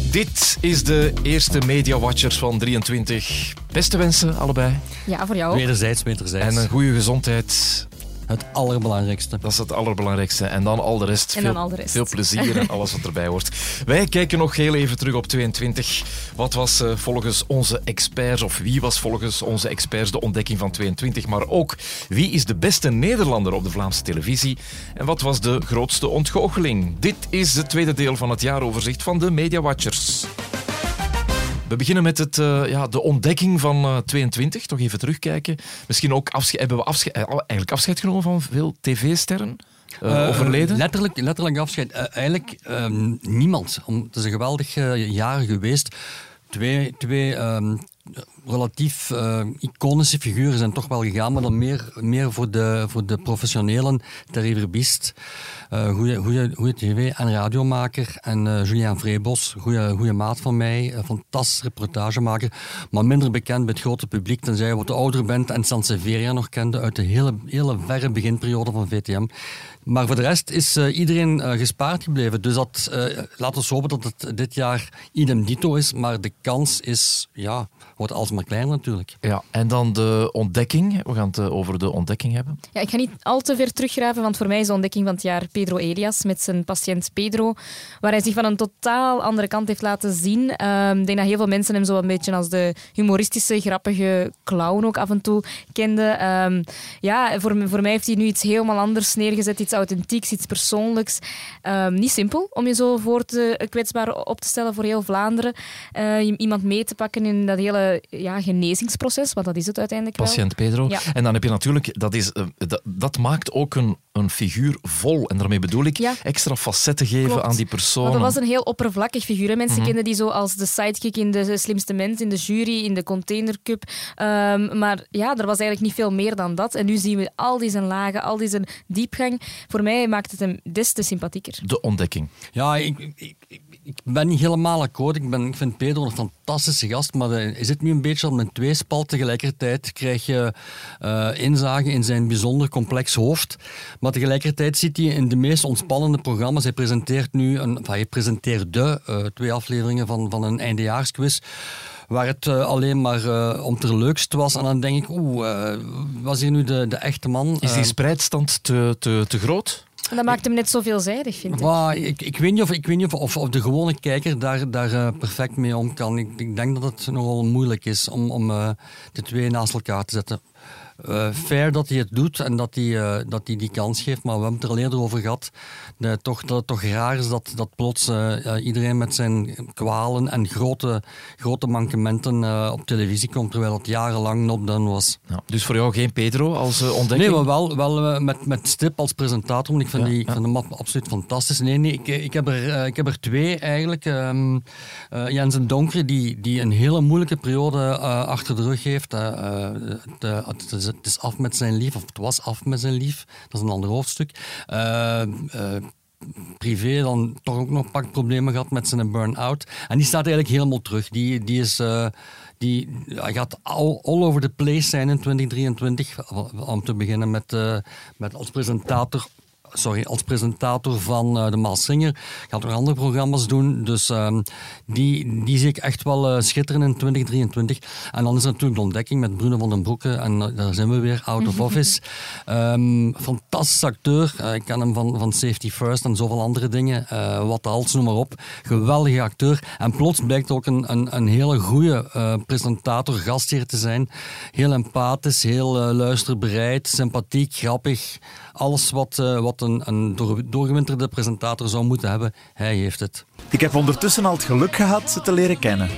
Dit is de eerste Media Watchers van 23. Beste wensen, allebei. Ja, voor jou ook. Wederzijds. En een goede gezondheid. Het allerbelangrijkste. Dat is het allerbelangrijkste. En dan al de rest. Veel plezier en alles wat erbij hoort. Wij kijken nog heel even terug op 22. Wat was volgens onze experts, of wie was volgens onze experts de ontdekking van 22? Maar ook, wie is de beste Nederlander op de Vlaamse televisie? En wat was de grootste ontgoocheling? Dit is het tweede deel van het jaaroverzicht van de Media Watchers. We beginnen met de ontdekking van 22. Toch even terugkijken. Misschien ook hebben we afscheid genomen van veel tv-sterren? Overleden? Letterlijk afscheid. Eigenlijk niemand. Het is een geweldig jaar geweest. Twee relatief iconische figuren zijn toch wel gegaan, maar dan meer voor de professionelen. Thierry Verbiest, goede tv- en radiomaker. En Julien Vreebos, goede maat van mij. Fantastisch reportagemaker, maar minder bekend bij het grote publiek, tenzij je wat ouder bent en Sanseveria nog kende uit de hele verre beginperiode van VTM. Maar voor de rest is iedereen gespaard gebleven. Dus laten we hopen dat het dit jaar idem dito is, maar de kans wordt alsmaar kleiner natuurlijk. Ja, en dan de ontdekking. We gaan het over de ontdekking hebben. Ja, ik ga niet al te ver teruggraven, want voor mij is de ontdekking van het jaar Pedro Elias met zijn patiënt Pedro, waar hij zich van een totaal andere kant heeft laten zien. Ik denk dat heel veel mensen hem zo een beetje als de humoristische, grappige clown ook af en toe kenden. Voor mij heeft hij nu iets helemaal anders neergezet, iets authentieks, iets persoonlijks. Niet simpel om je zo kwetsbaar op te stellen voor heel Vlaanderen. Iemand mee te pakken in dat hele genezingsproces, want dat is het uiteindelijk Patiënt Pedro. Ja. En dan heb je natuurlijk, dat maakt ook een figuur vol. En daarmee bedoel ik extra facetten geven aan die persoon. Dat was een heel oppervlakkig figuur. Hè. Mensen kenden die zo als de sidekick in De Slimste Mens, in de jury, in de Container Cup. Maar ja, er was eigenlijk niet veel meer dan dat. En nu zien we al die zijn lagen, al die zijn diepgang. Voor mij maakt het hem des te sympathieker. De ontdekking. Ja, ik ben niet helemaal akkoord. Ik vind Pedro een fantastische gast, maar hij zit nu een beetje al met tweespalt. Tegelijkertijd krijg je inzage in zijn bijzonder complex hoofd. Maar tegelijkertijd zit hij in de meest ontspannende programma's. Hij presenteerde 2 afleveringen van een eindejaarsquiz, waar het alleen maar om ter leukst was. En dan denk ik, was hier nu de echte man? Is die spreidstand te groot? En dat maakt hem net zo veelzijdig, vind ik. Ik weet niet of de gewone kijker daar perfect mee om kan. Ik denk dat het nogal moeilijk is om de twee naast elkaar te zetten. Fair dat hij het doet en dat hij die kans geeft, maar we hebben het er al eerder over gehad. Dat het toch raar is dat plots iedereen met zijn kwalen en grote mankementen op televisie komt, terwijl het jarenlang not done was. Ja, dus voor jou geen Pedro als ontdekking? Nee, maar wel met stip als presentator, want ik vind hem absoluut fantastisch. Nee, ik heb er 2 eigenlijk. Jens en Donkere, die een hele moeilijke periode achter de rug heeft. Het is af met zijn lief, of het was af met zijn lief. Dat is een ander hoofdstuk. Privé dan toch ook nog een paar problemen gehad met zijn burn-out. En die staat eigenlijk helemaal terug. Die gaat all over the place zijn in 2023. Om te beginnen met als presentator van De Maas Singer. Gaat nog andere programma's doen. Dus die zie ik echt wel schitteren in 2023. En dan is er natuurlijk de ontdekking met Bruno van den Broeke. En daar zijn we weer, Out of Office. Fantastische acteur. Ik ken hem van Safety First en zoveel andere dingen. Wat als, noem maar op. Geweldige acteur. En plots blijkt ook een hele goede presentator, gastheer te zijn. Heel empathisch, heel luisterbereid, sympathiek, grappig. Alles wat een doorgewinterde presentator zou moeten hebben, hij heeft het. Ik heb ondertussen al het geluk gehad ze te leren kennen.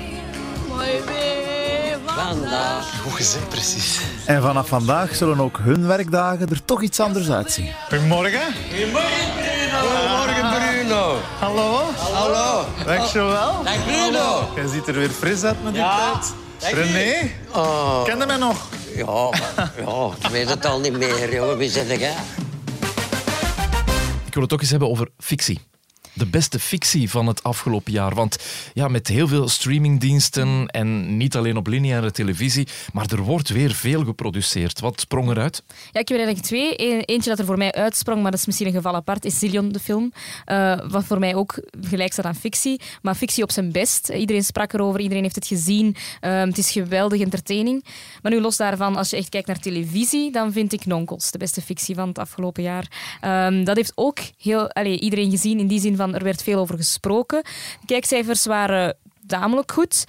Vandaag. Goed gezegd, precies. En vanaf vandaag zullen ook hun werkdagen er toch iets anders uitzien. Goedemorgen. Goedemorgen, Bruno. Goedemorgen, Bruno. Hallo. Hallo. Dag Joël. Dag, Bruno. Jij ziet er weer fris uit met die tijd. René, ken je mij nog? Ja, ik weet het al niet meer, jongen. Wie zit jij? Ik wil het ook eens hebben over fictie. De beste fictie van het afgelopen jaar. Want ja, met heel veel streamingdiensten en niet alleen op lineaire televisie, maar er wordt weer veel geproduceerd. Wat sprong eruit? Ja, ik heb er eigenlijk 2. Eentje dat er voor mij uitsprong, maar dat is misschien een geval apart, is Zillion, de film. Wat voor mij ook gelijk staat aan fictie. Maar fictie op zijn best. Iedereen sprak erover, iedereen heeft het gezien. Het is geweldige entertaining. Maar nu los daarvan, als je echt kijkt naar televisie, dan vind ik Nonkels de beste fictie van het afgelopen jaar. Dat heeft ook iedereen gezien in die zin van er werd veel over gesproken. De kijkcijfers waren tamelijk goed.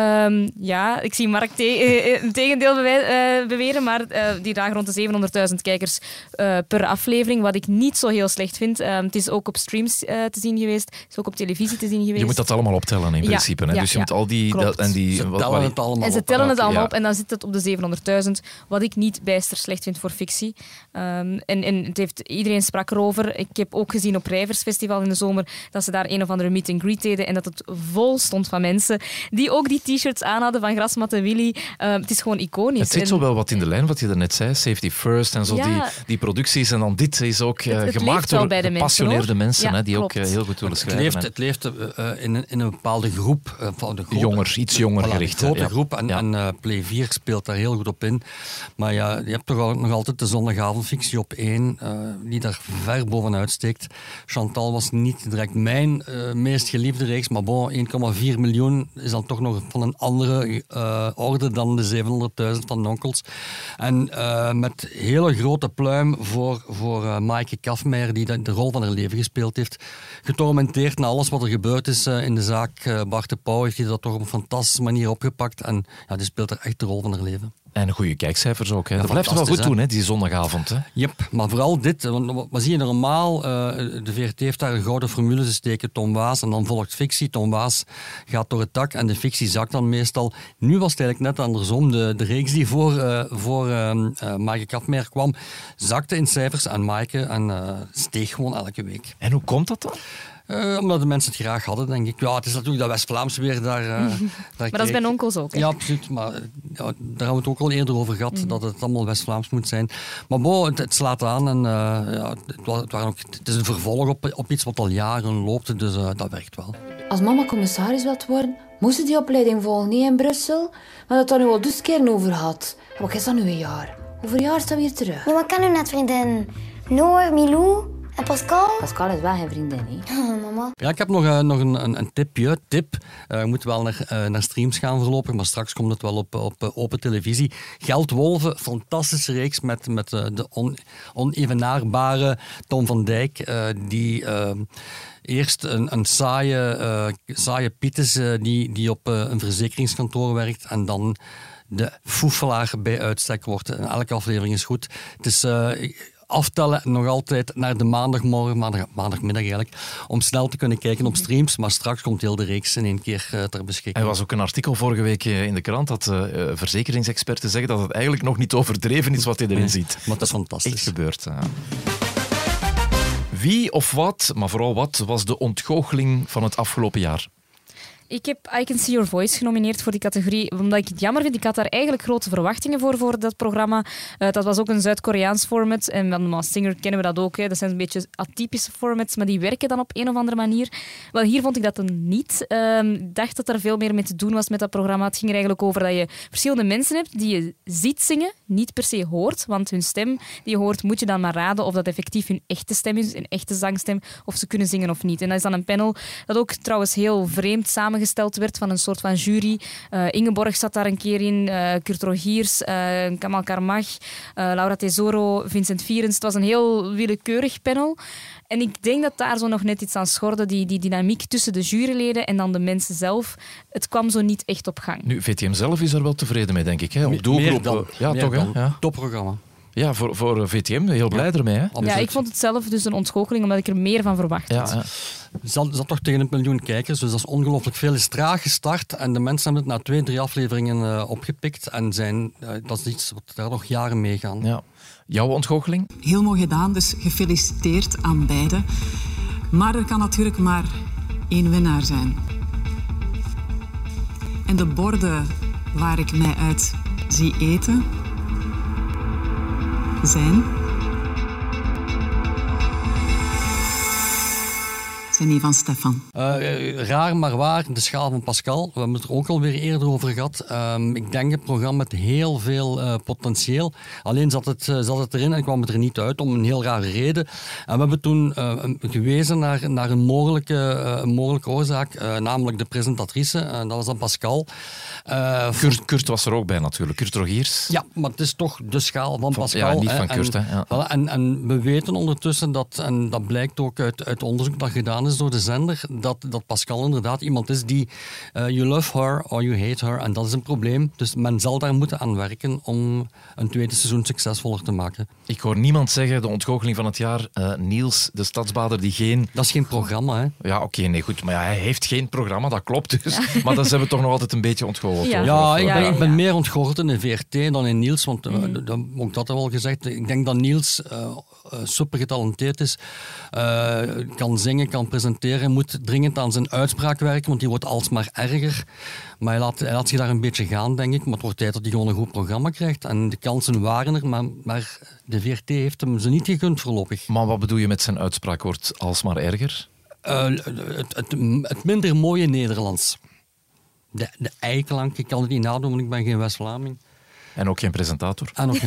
Ik zie Mark een tegendeel beweren, maar die lagen rond de 700.000 kijkers per aflevering, wat ik niet zo heel slecht vind. Het is ook op streams te zien geweest, het is ook op televisie te zien geweest. Je moet dat allemaal optellen in principe. Hè? Dus je moet al die... Ze tellen het allemaal op. En ze tellen het allemaal op en dan zit het op de 700.000, wat ik niet bijster slecht vind voor fictie. En iedereen sprak erover. Ik heb ook gezien op Rijversfestival in de zomer dat ze daar een of andere meet and greet deden en dat het vol stond van mensen die ook die t-shirts aan hadden van Grasmat en Willy. Het is gewoon iconisch. Het zit zo wel wat in de lijn, wat je daarnet zei, Safety First en zo, die producties. En dan dit is ook gemaakt door gepassioneerde mensen die ook heel goed willen schrijven. Het leeft in een bepaalde groep. Iets jonger gericht. Een grote groep en Play 4 speelt daar heel goed op in. Maar ja, je hebt toch nog altijd de zondagavondfictie op 1, die daar ver bovenuit steekt. Chantal was niet direct mijn meest geliefde reeks, maar bon, 1,4 miljoen is dan toch nog van een andere orde dan de 700.000 van Nonkels. En met hele grote pluim voor Maaike Kafmeijer, die de rol van haar leven gespeeld heeft. Getormenteerd na alles wat er gebeurd is in de zaak Bart de Pauw, heeft hij dat toch op een fantastische manier opgepakt. En ja, die speelt er echt de rol van haar leven. En goede kijkcijfers ook. Hè. Dat blijft wel goed doen, hè, die zondagavond. Hè. Yep, maar vooral dit. Want wat zie je normaal? De VRT heeft daar een gouden formule. Ze steken Tom Waas en dan volgt fictie. Tom Waas gaat door het dak en de fictie zakt dan meestal. Nu was het eigenlijk net andersom. De reeks die voor Maaike Kafmeijer kwam, zakte in cijfers aan Maaike en steeg gewoon elke week. En hoe komt dat dan? Omdat de mensen het graag hadden, denk ik. Ja, het is natuurlijk dat West-Vlaams weer daar maar dat is bij Nonkels ook, hè? Ja, absoluut. Maar daar hebben we het ook al eerder over gehad, dat het allemaal West-Vlaams moet zijn. Maar bon, het slaat aan en het is een vervolg op iets wat al jaren loopt, dus dat werkt wel. Als mama commissaris wilt worden, moest ze die opleiding volgen, niet in Brussel. Maar dat daar nu al dus keer over had. Wat is dat nu een jaar? Hoeveel jaar staan we hier terug? Ja, maar ik ken nu net vriendin. Noor, Milou en Pascal. Pascal is wel geen vriendin, hè? Mama. Ja, ik heb nog een tipje. Je moet wel naar streams gaan voorlopig, maar straks komt het wel op open televisie. Geldwolven, fantastische reeks met de onevenaarbare Tom van Dijk, die... Eerst een saaie Piet is die op een verzekeringskantoor werkt en dan de foefelaar bij uitstek wordt. En elke aflevering is goed. Het is aftellen nog altijd naar de maandagmiddag eigenlijk, om snel te kunnen kijken op streams, maar straks komt heel de reeks in één keer ter beschikking. Er was ook een artikel vorige week in de krant dat verzekeringsexperten zeggen dat het eigenlijk nog niet overdreven is wat je erin ziet. Maar dat is fantastisch. Echt gebeurd. Ja. Wie of wat, maar vooral wat, was de ontgoocheling van het afgelopen jaar? Ik heb I Can See Your Voice genomineerd voor die categorie, omdat ik het jammer vind. Ik had daar eigenlijk grote verwachtingen voor dat programma. Dat was ook een Zuid-Koreaans format. En van The Masked Singer kennen we dat ook. Hè. Dat zijn een beetje atypische formats, maar die werken dan op een of andere manier. Wel, hier vond ik dat dan niet. Ik dacht dat er veel meer mee te doen was met dat programma. Het ging er eigenlijk over dat je verschillende mensen hebt die je ziet zingen, niet per se hoort. Want hun stem die je hoort, moet je dan maar raden of dat effectief hun echte stem is, een echte zangstem, of ze kunnen zingen of niet. En dat is dan een panel dat ook trouwens heel vreemd samengesteld werd van een soort van jury. Ingeborg zat daar een keer in, Kurt Rogiers, Kamal Karmach, Laura Tesoro, Vincent Vierens. Het was een heel willekeurig panel. En ik denk dat daar zo nog net iets aan schorde, die dynamiek tussen de juryleden en dan de mensen zelf. Het kwam zo niet echt op gang. Nu, VTM zelf is er wel tevreden mee, denk ik. Hè? Op doelgroep. Ja, toch? Hè? Ja. Topprogramma. Ja, voor VTM heel blij ermee. Hè? Ja, ik vond het zelf dus een ontgoocheling, omdat ik er meer van verwacht had. Ja. Zat toch tegen 1 miljoen kijkers, dus dat is ongelooflijk veel. Is traag gestart en de mensen hebben het na 2-3 afleveringen opgepikt. En dat is iets wat daar nog jaren mee gaan. Ja. Jouw ontgoocheling? Heel mooi gedaan, dus gefeliciteerd aan beiden. Maar er kan natuurlijk maar 1 winnaar zijn. En de borden waar ik mij uit zie eten zijn René van Stefan. Raar maar waar, de schaal van Pascal. We hebben het er ook alweer eerder over gehad. Ik denk een programma met heel veel potentieel. Alleen zat het erin en kwam het er niet uit om een heel rare reden. En we hebben toen gewezen naar een mogelijke oorzaak, namelijk de presentatrice. Dat was dan Pascal. Kurt was er ook bij natuurlijk, Kurt Rogiers. Ja, maar het is toch de schaal van Pascal. Ja, niet van Kurt. Voilà, en we weten ondertussen en dat blijkt ook uit onderzoek dat gedaan is door de zender, dat Pascal inderdaad iemand is die you love her or you hate her. En dat is een probleem. Dus men zal daar moeten aan werken om een tweede seizoen succesvoller te maken. Ik hoor niemand zeggen, de ontgoocheling van het jaar, Niels, de stadsbader die geen... Dat is geen programma, hè? Ja, oké, nee, goed. Maar ja, hij heeft geen programma, dat klopt dus. Maar dat hebben we toch nog altijd een beetje ontgoocheld. Ja, ik ben meer ontgoocheld in de VRT dan in Niels, want ook dat al gezegd. Ik denk dat Niels super getalenteerd is, kan zingen, kan presenteren, moet dringend aan zijn uitspraak werken, want die wordt alsmaar erger. Maar hij laat zich daar een beetje gaan, denk ik. Maar het wordt tijd dat hij gewoon een goed programma krijgt. En de kansen waren er, maar de VRT heeft hem ze niet gegund voorlopig. Maar wat bedoel je met zijn uitspraak wordt alsmaar erger? Het minder mooie Nederlands. De eiklank, ik kan het niet nadoen, want ik ben geen West-Vlaming. En ook geen presentator.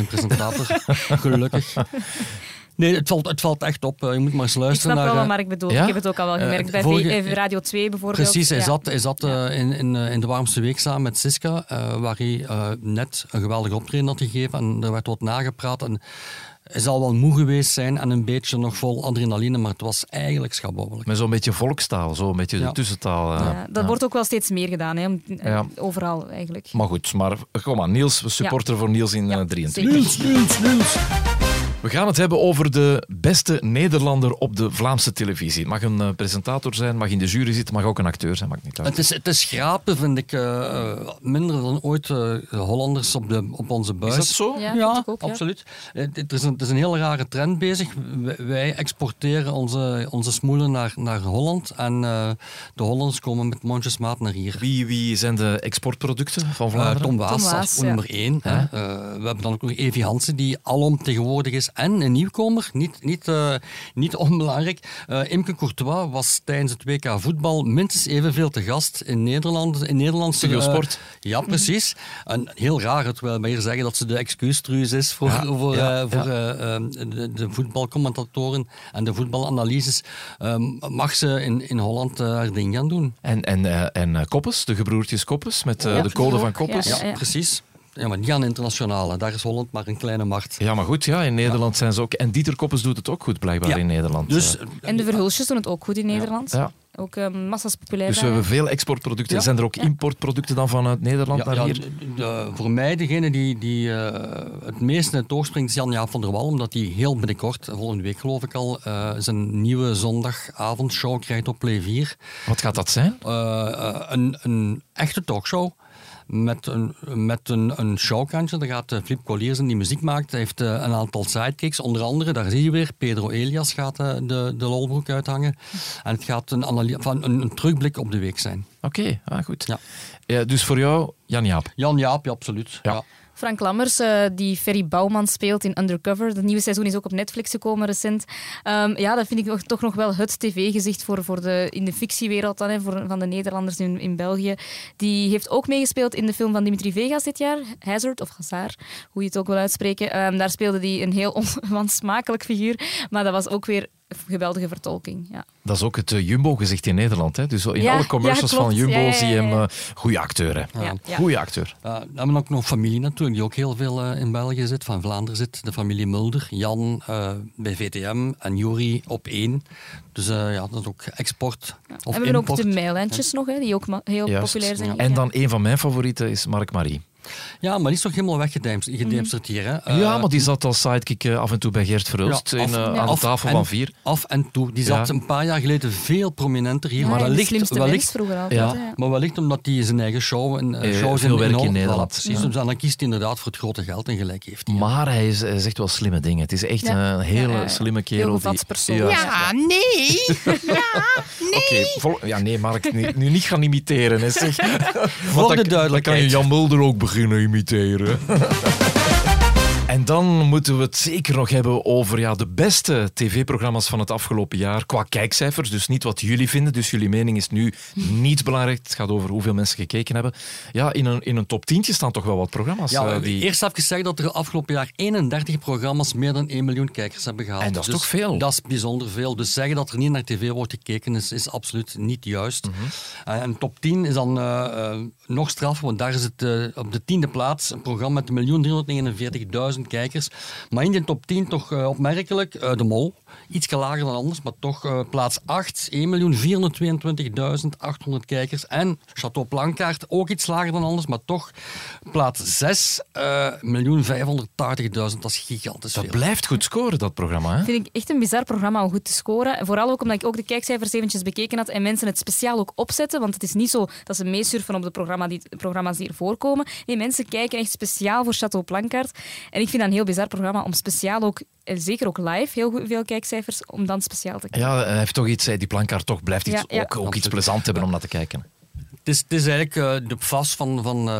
Gelukkig. Nee, het valt echt op. Je moet maar eens luisteren. Ik snap wel wat Mark bedoelt. Ja? Ik heb het ook al wel gemerkt. Bij Radio 2 bijvoorbeeld. Precies, hij zat in de warmste week samen met Siska, waar hij net een geweldig optreden had gegeven. En er werd wat nagepraat. En hij zal wel moe geweest zijn en een beetje nog vol adrenaline, maar het was eigenlijk schabobbelijk. Met zo'n beetje volkstaal, zo'n beetje de tussentaal. Dat wordt ook wel steeds meer gedaan, hè, overal eigenlijk. Maar goed, kom aan, Niels, we supporteren voor Niels in 23. Niels! We gaan het hebben over de beste Nederlander op de Vlaamse televisie. Het mag een presentator zijn, mag in de jury zitten, mag ook een acteur zijn, maakt niet uit. Het is schrapen, vind ik, minder dan ooit Hollanders op onze buis. Is dat zo? Ja, ook, absoluut. Het is een heel rare trend bezig. Wij exporteren onze smoelen naar Holland en de Hollanders komen met mondjesmaat naar hier. Wie zijn de exportproducten van Vlaanderen? Tom Waas, nummer 1. We hebben dan ook nog Evi Hansen, die alomtegenwoordig is. En een nieuwkomer, niet onbelangrijk. Imke Courtois was tijdens het WK voetbal minstens evenveel te gast in Nederlandse Studiosport. Ja, precies. En heel raar, terwijl wij hier zeggen dat ze de excuustruus is voor de voetbalcommentatoren en de voetbalanalyses. Mag ze in Holland haar ding gaan doen. En Koppes, de gebroertjes Koppes, met de code van Koppes. Ja, precies. Ja, maar niet aan internationale. Daar is Holland maar een kleine macht. Ja, maar goed, in Nederland zijn ze ook... En Dieter Koppes doet het ook goed, blijkbaar, in Nederland. Dus, en de Verhulsjes doen het ook goed in Nederland. Ja. Ook massa's populair. Dus we hebben veel exportproducten. Zijn er ook importproducten dan vanuit Nederland naar hier? Voor mij, degene die het meest in het oog springt, is Jan-Jaap van der Wal, omdat hij heel binnenkort, volgende week geloof ik al, zijn nieuwe zondagavondshow krijgt op Play 4. Wat gaat dat zijn? Een echte talkshow. Met een showkantje. Daar gaat Flip Colliers in die muziek maakt. Hij heeft een aantal sidekicks. Onder andere, daar zie je weer, Pedro Elias gaat de lolbroek uithangen. En het gaat een terugblik op de week zijn. Oké, goed. Ja, dus voor jou, Jan-Jaap? Jan-Jaap, ja, absoluut. Ja. Frank Lammers, die Ferry Bouwman speelt in Undercover. Het nieuwe seizoen is ook op Netflix gekomen recent. Dat vind ik toch nog wel het tv-gezicht in de fictiewereld dan, van de Nederlanders in België. Die heeft ook meegespeeld in de film van Dimitri Vegas dit jaar, Hazard, of Hazard, hoe je het ook wil uitspreken. Daar speelde hij een heel onwansmakelijk figuur, maar dat was ook weer geweldige vertolking. Ja. Dat is ook het Jumbo-gezicht in Nederland. Hè? Dus in alle commercials van Jumbo zie je hem goede acteur. Goeie acteur. We hebben ook nog familie natuurlijk, die ook heel veel in België zit, van Vlaanderen zit. De familie Mulder, Jan bij VTM en Juri op 1. Dus dat is ook export of en we hebben ook de Meilandjes nog, die ook heel populair zijn. En dan een van mijn favorieten is Mark Marie. Ja, maar die is toch helemaal weggedemsterd hier. Hè? Ja, maar die zat als sidekick af en toe bij Geert Verhulst aan de tafel van 4. Af en toe. Die zat een paar jaar geleden veel prominenter hier. Maar wellicht omdat hij zijn eigen show veel werk in Nederland. Precies, dus dan kiest hij inderdaad voor het grote geld en gelijk heeft hij. Maar hij zegt wel slimme dingen. Het is echt een hele slimme kerel. Heel persoon. Nee. Oké, nee, Mark, nu niet gaan imiteren. Hè, zeg. Voor de duidelijkheid. Dan kan je Jan Mulder ook beginnen imiteren. En dan moeten we het zeker nog hebben over de beste tv-programma's van het afgelopen jaar qua kijkcijfers. Dus niet wat jullie vinden, dus jullie mening is nu niet belangrijk. Het gaat over hoeveel mensen gekeken hebben. Ja, in een top 10 staan toch wel wat programma's. Eerst even zeggen dat er afgelopen jaar 31 programma's meer dan 1 miljoen kijkers hebben gehaald. En dat is toch veel? Dat is bijzonder veel. Dus zeggen dat er niet naar tv wordt gekeken is absoluut niet juist. En top 10 is dan nog straf, want daar is het op de 10e plaats een programma met 1.349.000 kijkers. Maar in die top 10 toch opmerkelijk De Mol. Iets lager dan anders, maar toch plaats 8, 1.422.800 kijkers. En Château Plankaart, ook iets lager dan anders, maar toch plaats 6, 1.580.000. Dat is gigantisch veel. Dat blijft goed scoren, dat programma. Hè? Vind ik echt een bizar programma om goed te scoren. Vooral ook omdat ik ook de kijkcijfers eventjes bekeken had en mensen het speciaal ook opzetten. Want het is niet zo dat ze meesurfen op de programma's die er voorkomen. Nee, mensen kijken echt speciaal voor Château Plankaart. En ik vind dat een heel bizar programma om speciaal ook, zeker ook live, heel veel kijkcijfers, om dan speciaal te kijken. Ja, hij heeft toch iets, die Plankaart toch blijft ook iets plezant hebben om naar te kijken. Het is eigenlijk de vast van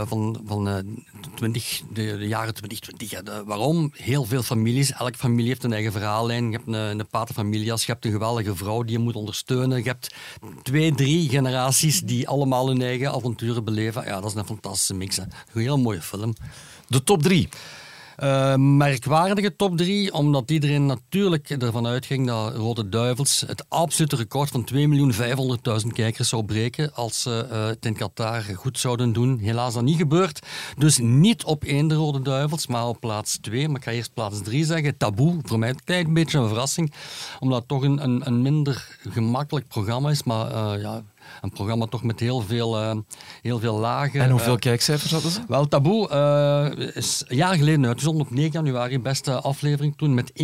de jaren 2020. Waarom? Heel veel families. Elke familie heeft een eigen verhaallijn. Je hebt een paterfamilias, je hebt een geweldige vrouw die je moet ondersteunen. Je hebt 2, 3 generaties die allemaal hun eigen avonturen beleven. Ja, dat is een fantastische mix. Hè. Een heel mooie film. De top 3. Merkwaardige top 3, omdat iedereen natuurlijk ervan uitging dat Rode Duivels het absolute record van 2.500.000 kijkers zou breken als ze het in Qatar goed zouden doen. Helaas dat niet gebeurd. Dus niet op 1 de Rode Duivels, maar op plaats 2. Maar ik ga eerst plaats 3 zeggen. Taboe, voor mij een klein beetje een verrassing, omdat het toch een minder gemakkelijk programma is, maar een programma toch met heel veel lagen. En hoeveel kijkcijfers hadden ze? Wel, Taboe is een jaar geleden uitgezonden op 9 januari. Beste aflevering toen met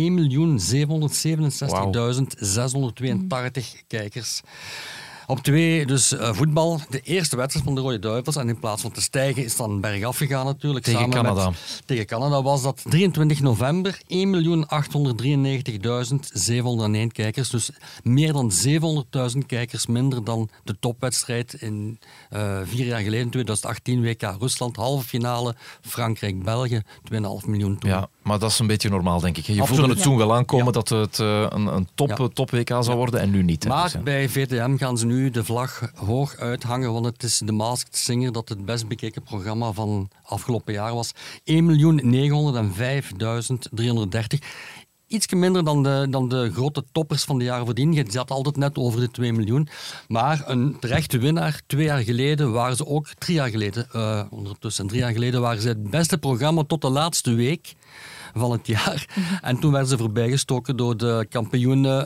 1.767.682 kijkers. Op 2 dus voetbal. De eerste wedstrijd van de Rode Duivels. En in plaats van te stijgen is dan bergaf gegaan natuurlijk. Tegen Canada. Tegen Canada was dat 23 november. 1.893.701 kijkers. Dus meer dan 700.000 kijkers minder dan de topwedstrijd in 4 jaar geleden. 2018 WK Rusland. Halve finale Frankrijk-België. 2,5 miljoen toen. Ja, maar dat is een beetje normaal, denk ik. Je voelde het toen wel aankomen dat het een top WK zou worden en nu niet. Maar dus, bij VTM gaan ze nu de vlag hoog uithangen, want het is The Masked Singer dat het best bekeken programma van afgelopen jaar was. 1.905.330. Ietsje minder dan de grote toppers van de jaren voordien. Je zat altijd net over de 2 miljoen. Maar een terechte winnaar. 2 jaar geleden waren ze ook, 3 jaar geleden ondertussen. 3 jaar geleden waren ze het beste programma tot de laatste week van het jaar. En toen werden ze voorbijgestoken door de kampioenen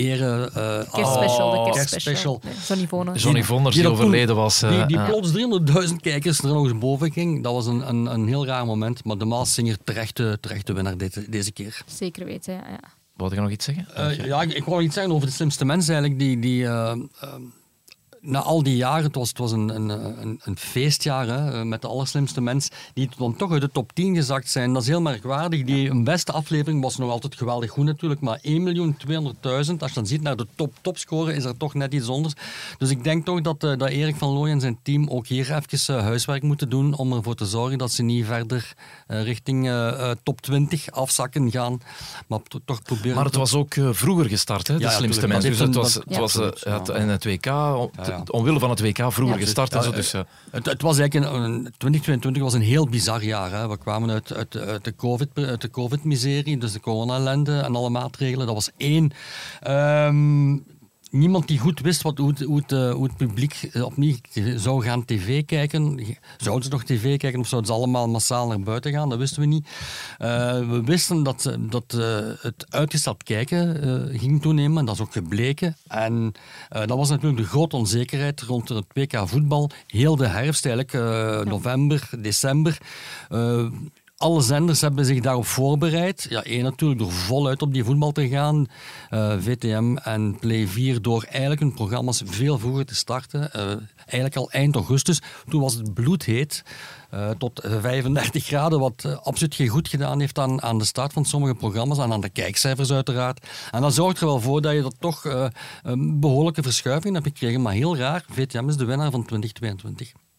kerstspecial. Johnny Voners, die overleden was. Die plots 300.000 kijkers er nog eens boven ging. Dat was een heel raar moment. Maar de Masked Singer terechte winnaar deze keer. Zeker weten, ja. Wou je nog iets zeggen? Ik wou iets zeggen over de slimste mensen eigenlijk. Die na al die jaren, het was een feestjaar hè, met de allerslimste mens, die dan toch uit de top 10 gezakt zijn. Dat is heel merkwaardig. Die beste aflevering was nog altijd geweldig goed natuurlijk, maar 1.200.000. Als je dan ziet naar de topscore, is er toch net iets anders. Dus ik denk toch dat Erik van Looy en zijn team ook hier even huiswerk moeten doen om ervoor te zorgen dat ze niet verder richting top 20 afzakken gaan. Maar toch proberen. Maar het was ook vroeger gestart, hè, de slimste mens. Dus het was in het WK. Omwille van het WK vroeger gestart. Het was eigenlijk 2022 was een heel bizar jaar. Hè. We kwamen uit de COVID-miserie, dus de corona-ellende en alle maatregelen. Dat was 1. Niemand die goed wist hoe het publiek opnieuw zou gaan tv kijken. Zouden ze nog tv kijken of zouden ze allemaal massaal naar buiten gaan? Dat wisten we niet. We wisten dat het uitgesteld kijken ging toenemen. En dat is ook gebleken. En dat was natuurlijk de grote onzekerheid rond het WK voetbal. Heel de herfst eigenlijk, november, december. Alle zenders hebben zich daarop voorbereid. Ja, één natuurlijk door voluit op die voetbal te gaan. VTM en Play 4 door eigenlijk hun programma's veel vroeger te starten. Eigenlijk al eind augustus. Toen was het bloedheet. Tot 35 graden, wat absoluut geen goed gedaan heeft aan de start van sommige programma's en aan de kijkcijfers uiteraard. En dat zorgt er wel voor dat je dat toch een behoorlijke verschuiving hebt gekregen. Maar heel raar, VTM is de winnaar van 2022.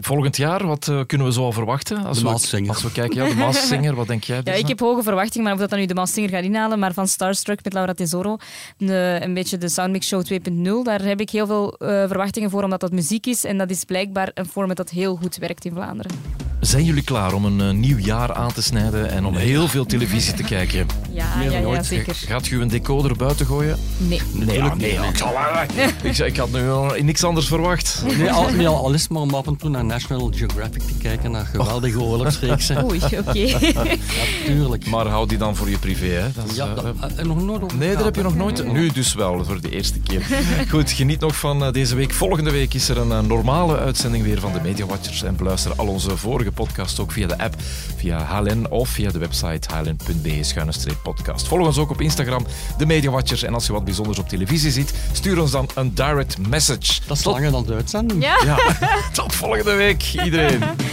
Volgend jaar, wat kunnen we zo al verwachten? De Masked Singer. Als we kijken, de Masked Singer, wat denk jij? Ja, ik heb hoge verwachtingen, maar of dat dan nu de Masked Singer gaat inhalen, maar van Starstruck met Laura Tesoro, een beetje de Soundmix Show 2.0, daar heb ik heel veel verwachtingen voor, omdat dat muziek is en dat is blijkbaar een format dat heel goed werkt in Vlaanderen. Zijn jullie klaar om een nieuw jaar aan te snijden en om heel veel televisie te kijken? Ja, zeker. Gaat u een decoder buiten gooien? Nee. Nee. Ik had nu niks anders verwacht. Nee, al is het maar om af en toe naar National Geographic te kijken, naar geweldige oorlogsreeksen. Oei, oké. Ja, tuurlijk. Maar hou die dan voor je privé, hè? Nog nooit over. Nee, dat heb je nog nooit. Nu dus wel, voor de eerste keer. Goed, geniet nog van deze week. Volgende week is er een normale uitzending weer van de Media Watchers. En beluister al onze vorige podcast ook via de app, via HLN of via de website hln.be/podcast. Volg ons ook op Instagram, de Media Watchers. En als je wat bijzonders op televisie ziet, stuur ons dan een direct message. Dat is langer dan de uitzending. Ja. Tot volgende week, iedereen.